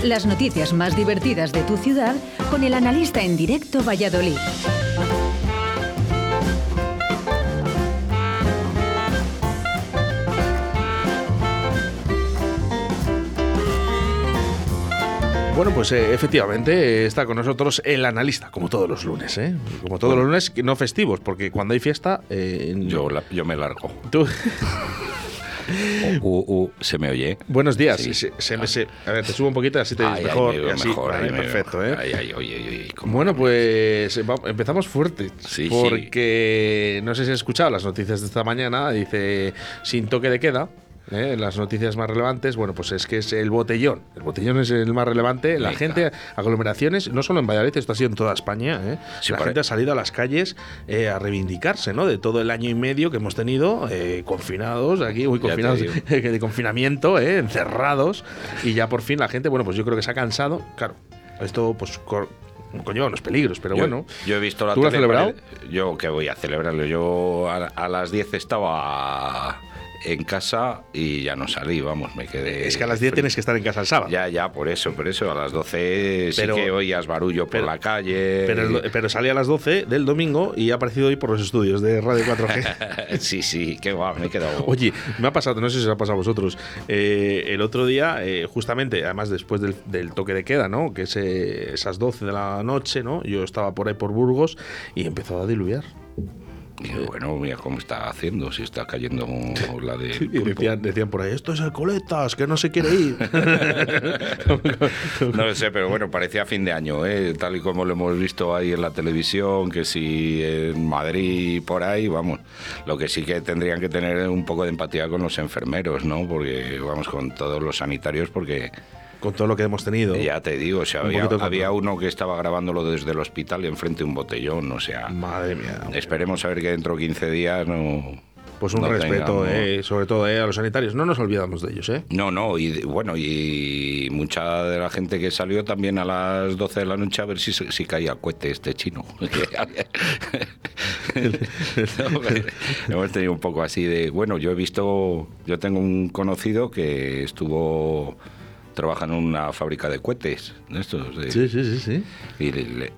Las noticias más divertidas de tu ciudad con el analista en directo Valladolid. Bueno, pues efectivamente está con nosotros el analista, como todos los lunes, ¿eh? Como todos los lunes, no festivos, porque cuando hay fiesta... Yo me largo. Tú... ¿Se me oye? Buenos días. Sí. A ver, te subo un poquito, así te dices mejor. Y así, mejor, vale, perfecto, ¿eh? Oye, bueno, pues empezamos fuerte. Sí, porque no sé si has escuchado las noticias de esta mañana. Dice, sin toque de queda. Las noticias más relevantes, bueno, pues es que es el botellón. El botellón es el más relevante. La gente, aglomeraciones, no solo en Valladolid, esto ha sido en toda España. Sí, la gente ha salido a las calles a reivindicarse, ¿no? De todo el año y medio que hemos tenido confinados aquí, confinados de confinamiento, encerrados. Y ya por fin la gente, bueno, pues yo creo que se ha cansado. Claro, esto pues conlleva unos peligros, pero bueno. Yo he visto la ¿Tú lo has celebrado? Yo que voy a celebrarlo. Yo a las 10 estaba en casa y ya no salí, vamos, me quedé... Es que a las 10 tienes que estar en casa el sábado. Ya, por eso, a las 12 sí que oías barullo por la calle. Pero salí a las 12 del domingo y ha aparecido hoy por los estudios de Radio 4G. Sí, qué guau, me he quedado... Oye, me ha pasado, no sé si os ha pasado a vosotros, el otro día, justamente, además después del toque de queda, ¿no? Que es esas 12 de la noche, ¿no? Yo estaba por ahí por Burgos y empezó a diluviar. Y bueno, mira cómo está haciendo, si está cayendo la de... Y decían por ahí, esto es Alcoletas, que no se quiere ir. No lo sé, pero bueno, parecía fin de año, tal y como lo hemos visto ahí en la televisión, que si en Madrid por ahí, vamos, lo que sí que tendrían que tener un poco de empatía con los enfermeros, ¿no? Porque, vamos, con todos los sanitarios, porque... Con todo lo que hemos tenido. Ya te digo, o sea, había uno que estaba grabándolo desde el hospital y enfrente de un botellón, o sea... Madre mía. Esperemos a ver que dentro de 15 días no... Pues un respeto, sobre todo a los sanitarios. No nos olvidamos de ellos, ¿eh? No, y bueno, y mucha de la gente que salió también a las 12 de la noche a ver si caía cohete este chino. Hemos tenido un poco así de... Bueno, yo tengo un conocido que trabaja en una fábrica de cohetes, estos. Sí. Y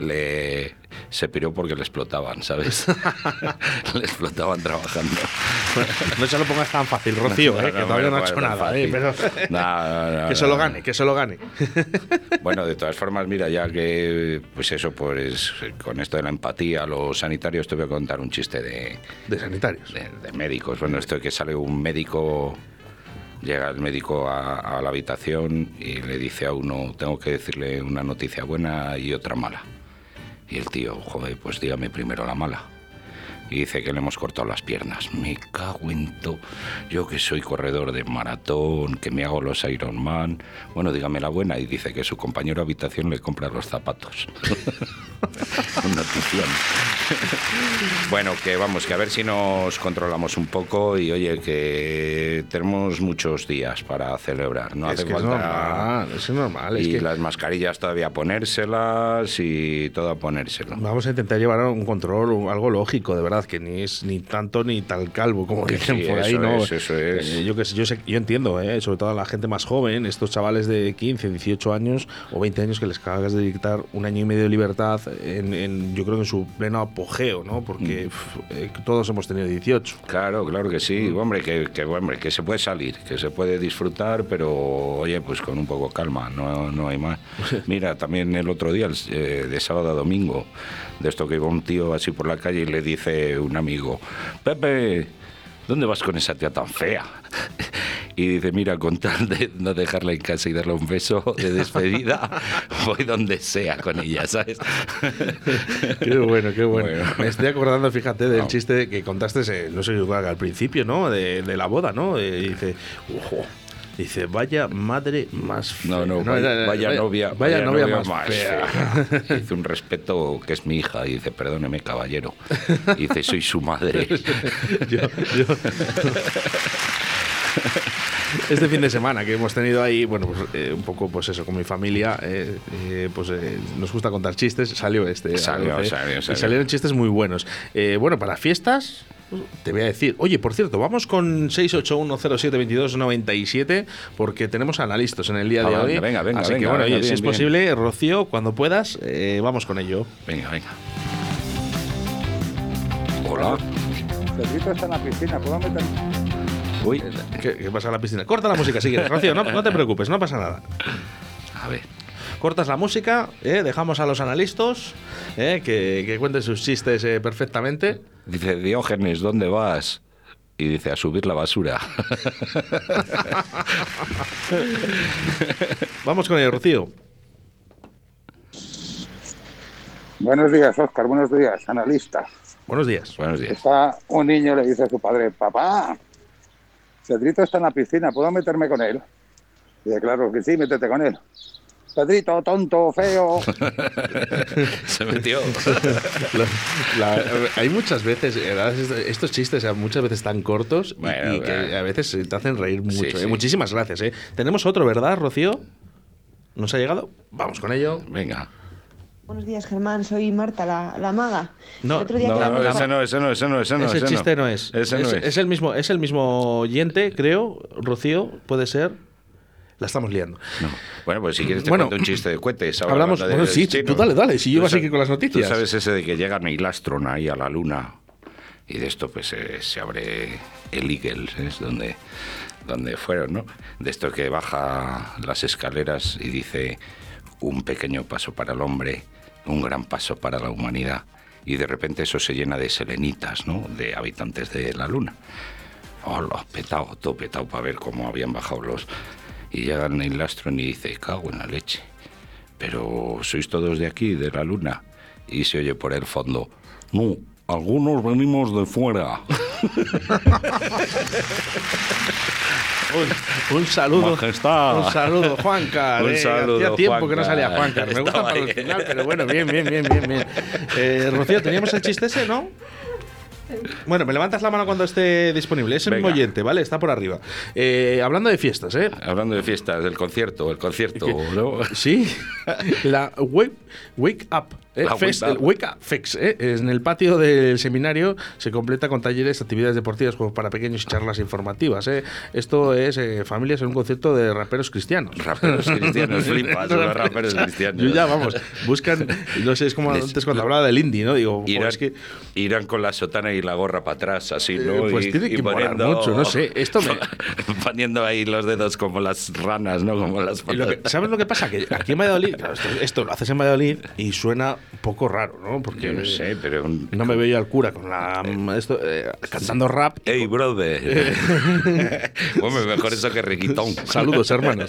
se piró porque le explotaban, ¿sabes? Le explotaban trabajando. No se lo pongas tan fácil, Rocío, que todavía no ha hecho nada. Pero... No, que se lo gane. Bueno, de todas formas, mira, ya que, pues eso, pues con esto de la empatía, los sanitarios, te voy a contar un chiste de sanitarios. De médicos. Bueno, esto de que sale un médico... Llega el médico a la habitación y le dice a uno, tengo que decirle una noticia buena y otra mala. Y el tío, joder, pues dígame primero la mala. Y dice que le hemos cortado las piernas. Me cago en todo. Yo que soy corredor de maratón, que me hago los Ironman. Bueno, dígame la buena. Y dice que su compañero de habitación le compra los zapatos. Notición. Bueno, que vamos, que a ver si nos controlamos un poco y oye, que tenemos muchos días para celebrar. No hace falta. Es normal. Y las mascarillas todavía ponérselas y todo a ponérselo. Vamos a intentar llevar un control, algo lógico, de verdad, que ni es ni tanto ni tal calvo, como dicen por ahí, ¿no? Eso es. Yo entiendo, sobre todo a la gente más joven, estos chavales de 15, 18 años o 20 años que les acabas de dictar un año y medio de libertad yo creo que en su pleno apogeo, ¿no? Porque todos hemos tenido 18. Claro que sí, hombre, que se puede salir, que se puede disfrutar, pero oye, pues con un poco calma, no hay más. Mira, también el otro día, de sábado a domingo, de esto que iba un tío así por la calle y le dice un amigo, Pepe, ¿dónde vas con esa tía tan fea? Y dice, mira, con tal de no dejarla en casa y darle un beso de despedida, voy donde sea con ella, ¿sabes? Qué bueno. Me estoy acordando, fíjate, del chiste que contaste, no sé, al principio, ¿no? De la boda, ¿no? Dice, ojo. Dice, vaya madre más fea. Vaya novia más fea. Dice, un respeto que es mi hija. Y dice, perdóneme, caballero. Y dice, soy su madre. yo... Este fin de semana que hemos tenido ahí, bueno, pues un poco, pues eso, con mi familia, nos gusta contar chistes. Salió. Salió. Y salieron chistes muy buenos. Bueno, para fiestas... te voy a decir. Oye, por cierto, vamos con 681072297 porque tenemos analistas en el día de hoy. Venga, así que bueno, oye, si es posible, Rocío, cuando puedas, vamos con ello. Venga. Hola. Pedrito está en la piscina, ¿puedo meter? Uy, ¿qué pasa en la piscina? Corta la música si quieres, Rocío, no te preocupes, no pasa nada. A ver. Cortas la música, dejamos a los analistas que cuenten sus chistes perfectamente. Dice, Diógenes, ¿dónde vas? Y dice, a subir la basura. Vamos con ello, Rocío. Buenos días, Óscar, buenos días, analista. Buenos días. Buenos días. Está un niño, le dice a su padre, papá, Pedrito está en la piscina, ¿puedo meterme con él? Dice, claro que sí, métete con él. Pedrito, tonto, feo. Se metió. Hay muchas veces, estos chistes muchas veces tan cortos y que a veces te hacen reír mucho. Sí. Muchísimas gracias. Tenemos otro, ¿verdad, Rocío? ¿Nos ha llegado? Vamos con ello. Venga. Buenos días, Germán. Soy Marta, la maga. No, El otro día No, quedamos ese para- no. Ese chiste no es. Ese no es. Es el mismo oyente, creo. Rocío, puede ser. La estamos liando. No. Bueno, pues si quieres te Bueno, cuento un chiste de cohetes. Ahora hablamos. hablando de Sí, destino. tú dale. Si yo Tú así sabes- que con las noticias. Tú sabes ese de que llega Neil Armstrong ahí a la luna y de esto pues se abre el Eagle, es donde fueron, ¿no? De esto que baja las escaleras y dice un pequeño paso para el hombre, un gran paso para la humanidad. Y de repente eso se llena de selenitas, ¿no? De habitantes de la luna. Hola, todo petado para ver cómo habían bajado los... Y llega Neil Armstrong y dice, cago en la leche. Pero sois todos de aquí, de la luna. Y se oye por el fondo, no, algunos venimos de fuera. Un saludo. Majestad. Un saludo, Juancar. Un saludo, Hacía tiempo que no Juancar. salía Juancar. Me gusta Estaba para ahí. el final, pero bueno, bien. Rocío, ¿teníamos el chiste ese, no? Bueno, me levantas la mano cuando esté disponible. Es el mismo Venga. oyente, ¿vale? Está por arriba. Hablando de fiestas, Hablando de fiestas, el concierto, ¿no? Sí, la Wake Up La Fest, Wake Up. el Wake Up Fest, en el patio del seminario se completa con talleres, actividades deportivas, juegos para pequeños y charlas informativas. Esto es familias en un concierto de raperos cristianos. Raperos cristianos, flipas, los raperos cristianos. Yo ya, vamos, buscan, no sé, es como Les- antes cuando hablaba del indie, ¿no? Digo, Irán, es que irán con la sotana y la gorra para atrás, así, ¿no? pues tiene que molar mucho, no sé, esto me... Poniendo ahí los dedos como las ranas, ¿no? Como las Y ¿sabes lo que pasa? Que aquí en Valladolid, claro, esto lo haces en Valladolid y suena un poco raro, ¿no? Porque Yo no sé, pero... no me veo yo al cura con cantando rap. ¡Ey, brother! Hombre, mejor eso que requitón. Saludos, hermanos.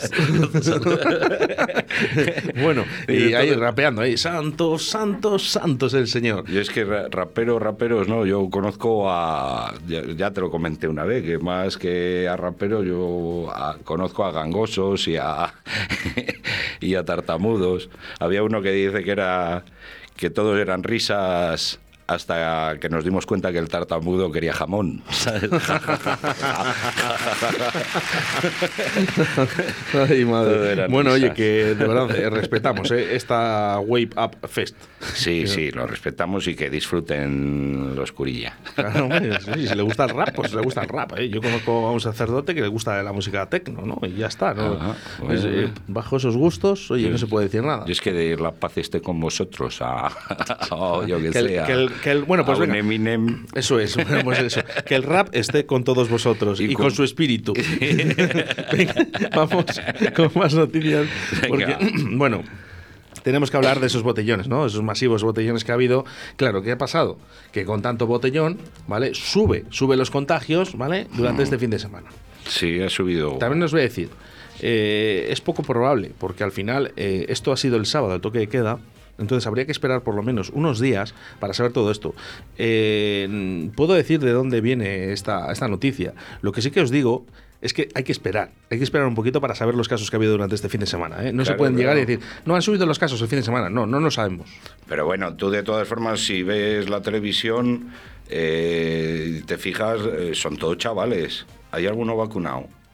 Bueno, y ahí rapeando, ahí, santos, santos, santos el Señor. Yo es que raperos, no, yo conozco a... Ya te lo comenté una vez, que más que a raperos yo conozco a gangosos y a, y a tartamudos. Había uno que dice que todos eran risas hasta que nos dimos cuenta que el tartamudo quería jamón, ¿sabes? Ay, madre. Todo eran Bueno, oye, risas. que de verdad respetamos esta Wake Up Fest. Sí, lo respetamos y que disfruten los curilla. Claro, hombre, sí, si le gusta el rap, pues le gusta el rap. Yo conozco a un sacerdote que le gusta la música techno, ¿no? Y ya está, ¿no? Ajá, Pues, bueno. bajo esos gustos, oye, no se puede decir nada. Yo es que de la paz esté con vosotros yo que Que el- sea. que el- bueno, pues a un venga. Eminem. Eso es, bueno, pues eso. Que el rap esté con todos vosotros y con su espíritu. Venga, vamos con más noticias. Porque, Venga. bueno, tenemos que hablar de esos botellones, ¿no? Esos masivos botellones que ha habido. Claro, ¿qué ha pasado? Que con tanto botellón, ¿vale? Sube los contagios, ¿vale? Durante este fin de semana. Sí, ha subido. También os voy a decir, es poco probable, porque al final esto ha sido el sábado, el toque de queda. Entonces habría que esperar por lo menos unos días para saber todo esto. Puedo decir de dónde viene esta noticia. Lo que sí que os digo es que hay que esperar un poquito para saber los casos que ha habido durante este fin de semana. No se Claro, pueden llegar y claro. decir, no han subido los casos el fin de semana. No lo sabemos. Pero bueno, tú de todas formas, si ves la televisión, te fijas, son todos chavales. ¿Hay alguno vacunado?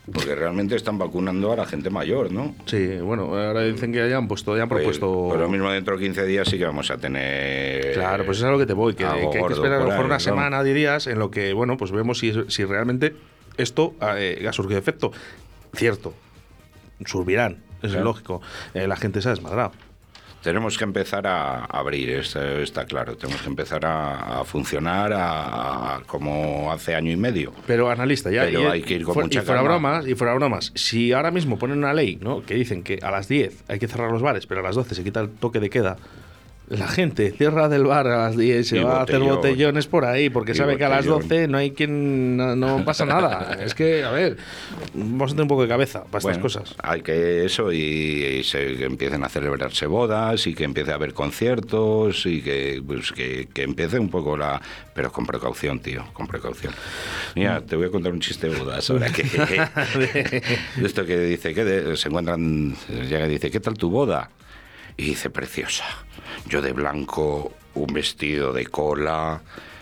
Porque realmente están vacunando a la gente mayor, ¿no? Sí, bueno, ahora dicen que ya han propuesto... Pues lo mismo dentro de 15 días sí que vamos a tener... Claro, pues es a lo que te voy, que hay que esperar a lo mejor una semana, dirías, en lo que, bueno, pues vemos si realmente esto ha surgido efecto. Cierto, surgirán, es lógico. La gente se ha desmadrado. Tenemos que empezar a abrir, está claro. Tenemos que empezar a funcionar como hace año y medio. Pero analista, pero hay que ir con mucha calma. Fuera bromas, si ahora mismo ponen una ley, ¿no?, que dicen que a las 10 hay que cerrar los bares, pero a las 12 se quita el toque de queda, la gente cierra del bar a las 10 y se va a hacer botellones por ahí, porque sabe que a las 12 no hay quien... No pasa nada. Es que, a ver, vamos a tener un poco de cabeza para estas cosas. Hay que eso que empiecen a celebrarse bodas y que empiece a haber conciertos y que empiece un poco pero con precaución, tío, con precaución. Mira, te voy a contar un chiste de bodas ahora que... de esto que dice, se encuentran... Llega y dice, ¿qué tal tu boda? Y dice, preciosa. Yo de blanco, un vestido de cola,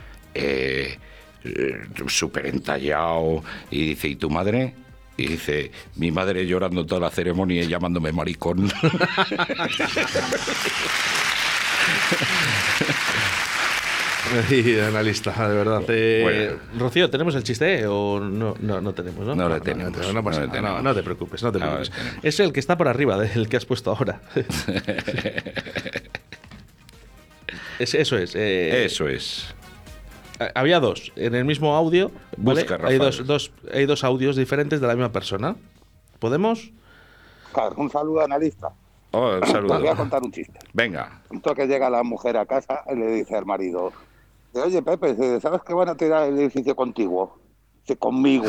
súper entallado. Y dice, ¿y tu madre? Y dice, mi madre llorando toda la ceremonia y llamándome maricón. Sí, analista, de verdad. Bueno. Rocío, ¿tenemos el chiste o no tenemos? No lo tenemos. No pasa nada. No te preocupes, no te preocupes. Es el que está por arriba, el que has puesto ahora. Eso es. Eso es. Había dos en el mismo audio. ¿Vale? Busca, Hay dos audios diferentes de la misma persona. ¿Podemos? Claro, un saludo, analista. Oh, un saludo. Te voy a contar un chiste. Venga. Punto que llega la mujer a casa y le dice al marido, oye, Pepe, ¿sabes que van a tirar el edificio contiguo? Dice, conmigo.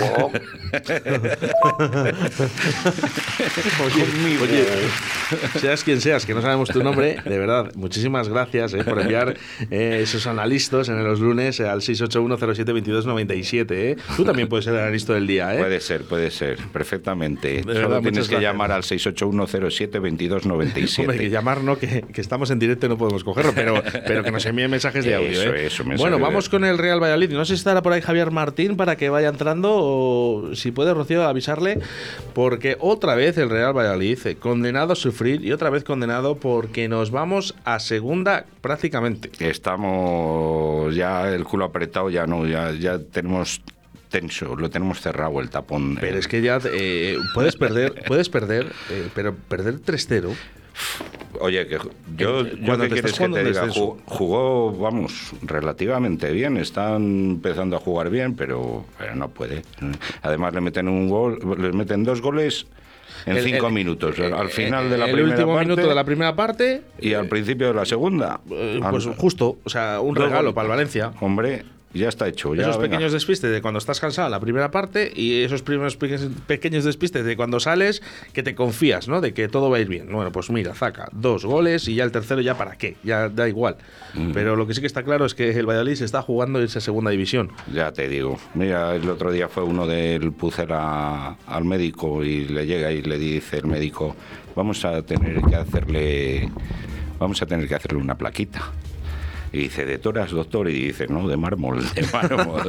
Oye, seas quien seas, que no sabemos tu nombre, de verdad, muchísimas gracias por enviar esos analistas en los lunes al 681072297. Tú también puedes ser analista del día, Puede ser, perfectamente. De Solo verdad, tienes que gracias. llamar al 681072297. Hombre, que llamar no, que estamos en directo y no podemos cogerlo, pero que nos envíen mensajes de audio. Bueno, vamos con el Real Valladolid. No sé si estará por ahí Javier Martín para que vaya entrando, o si puede, Rocío, avisarle, porque otra vez el Real Valladolid condenado a sufrir y otra vez condenado porque nos vamos a segunda prácticamente. Estamos ya el culo apretado, ya tenemos tenso, lo tenemos cerrado el tapón. Pero es que ya puedes perder, pero perder 3-0. Oye, que yo cuando ¿qué te quieres estás que te diga? descenso. Jugó, vamos, relativamente bien. Están empezando a jugar bien, pero no puede. Además le meten 2 goles en 5 minutos. Al final de la primera parte. El último minuto de la primera parte. Y al principio de la segunda. Pues justo, o sea, un regalo para el Valencia. Hombre, ya está hecho. Esos pequeños despistes de cuando estás cansado en la primera parte y esos primeros pequeños despistes de cuando sales, que te confías, ¿no?, de que todo va a ir bien. Bueno, pues mira, zaca, 2 goles y ya el tercero ya para qué, ya da igual. Pero lo que sí que está claro es que el Valladolid se está jugando esa segunda división. Ya te digo. Mira, el otro día fue uno del Pucela al médico y le llega y le dice el médico, vamos a tener que hacerle una plaquita. Y dice, ¿de toras, doctor? Y dice, no, de mármol, de mármol.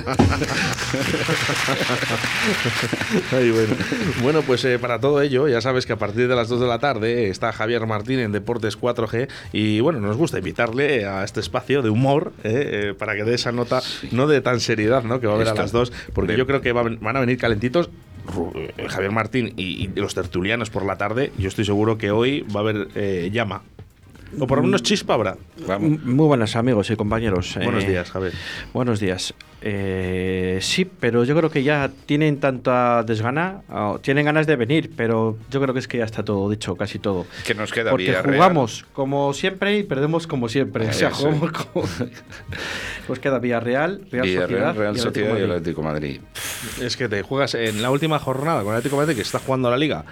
Ay, bueno, pues para todo ello, ya sabes que a partir de las 2 de la tarde está Javier Martín en Deportes 4G y bueno, nos gusta invitarle a este espacio de humor para que dé esa nota, no de tan seriedad, ¿no?, que va a haber a las 2, porque yo creo que van a venir calentitos. Javier Martín y los tertulianos por la tarde, yo estoy seguro que hoy va a haber llama. O por lo menos chispa habrá. Muy buenas, amigos y compañeros. Buenos días, Javier. Buenos días. Sí, pero yo creo que ya tienen tanta desgana, tienen ganas de venir, pero yo creo que es que ya está todo dicho, casi todo. Que nos queda porque Villarreal. Jugamos como siempre y perdemos como siempre. O sea, Eso. jugamos como... Nos queda Villarreal, Real Sociedad y el Atlético de Madrid. Es que te juegas en la última jornada con el Atlético de Madrid, que está jugando a la Liga.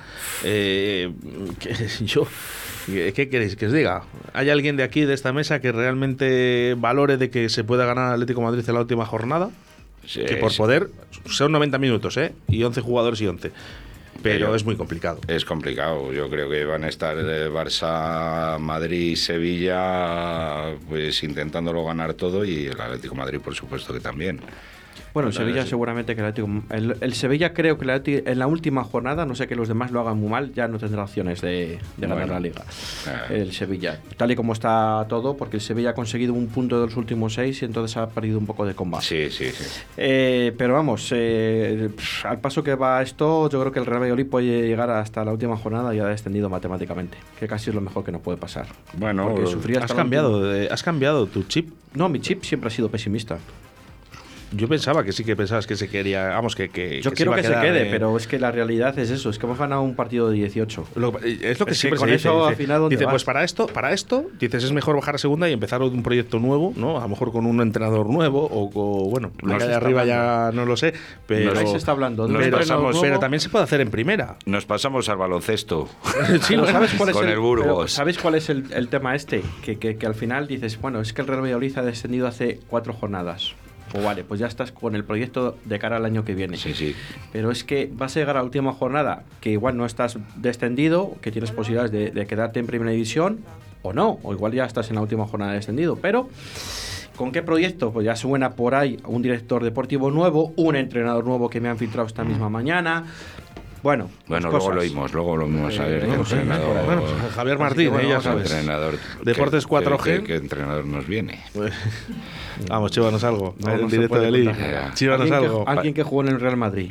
¿Qué queréis que os diga? ¿Hay alguien de aquí, de esta mesa, que realmente valore de que se pueda ganar Atlético de Madrid en la última jornada? Sí, que por poder son 90 minutos, y 11 jugadores y 11. Pero es muy complicado. Es complicado. Yo creo que van a estar Barça, Madrid, Sevilla, pues intentándolo ganar todo, y el Atlético de Madrid, por supuesto, que también. Bueno, el Sevilla seguramente que el Atlético... El Sevilla creo que el Atlético, en la última jornada, no sé que los demás lo hagan muy mal, ya no tendrá opciones de ganar la Liga. El Sevilla. Tal y como está todo, porque el Sevilla ha conseguido un punto de los últimos 6 y entonces ha perdido un poco de combate. Sí. Pero vamos, al paso que va esto, yo creo que el Real Valladolid puede llegar hasta la última jornada y ha descendido matemáticamente, que casi es lo mejor que nos puede pasar. Bueno, ¿Has cambiado tu chip? No, mi chip siempre ha sido pesimista. Yo pensaba que sí que pensabas que se quería. Vamos, que yo quiero que se quede, pero es que la realidad es eso: es que hemos ganado un partido de 18. Es lo que siempre con se eso dice. al final, Dice, pues para esto, dices, es mejor bajar a segunda y empezar un proyecto nuevo, ¿no? A lo mejor con un entrenador nuevo o bueno, la de arriba ya no lo sé, pero ahí se está hablando. Pero también se puede hacer en primera. Nos pasamos al baloncesto. Sí, ¿sabes cuál es con el Burgos? ¿Sabes cuál es el tema este? Que al final dices, bueno, es que el Real Valladolid ha descendido hace 4 jornadas. Pues vale, pues ya estás con el proyecto de cara al año que viene. Sí. Pero es que vas a llegar a la última jornada, que igual no estás descendido, que tienes posibilidades de quedarte en primera división, o no, o igual ya estás en la última jornada descendido. Pero, ¿con qué proyecto? Pues ya suena por ahí un director deportivo nuevo, un entrenador nuevo que me han filtrado esta misma mañana. Bueno, luego lo vimos a ver qué entrenador. Bueno, Javier Martín, ya sabes. Entrenador, Deportes 4G. ¿Qué entrenador nos viene? Vamos, chívanos algo. No, en no directo de Lili. Chívanos algo. Alguien que jugó en el Real Madrid.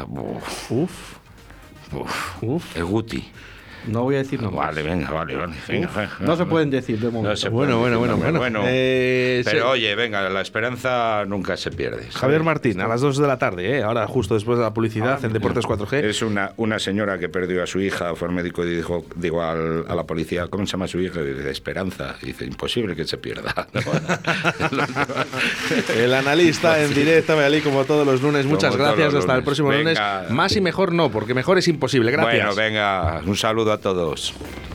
El Guti. No voy a decir nombres. Vale, venga. No se pueden decir de momento. No se Bueno. Pero oye, venga, la esperanza nunca se pierde. ¿Sabes? Javier Martín, a las 2 de la tarde, ahora justo después de la publicidad en Deportes 4G. Es una señora que perdió a su hija, fue al médico y dijo a la policía, ¿cómo se llama su hija? Y dice, Esperanza. Y dice, imposible que se pierda. El analista en directo, Valladolid, como todos los lunes. Muchas gracias, hasta el próximo lunes. Más y mejor no, porque mejor es imposible. Gracias. Bueno, venga, un saludo a todos.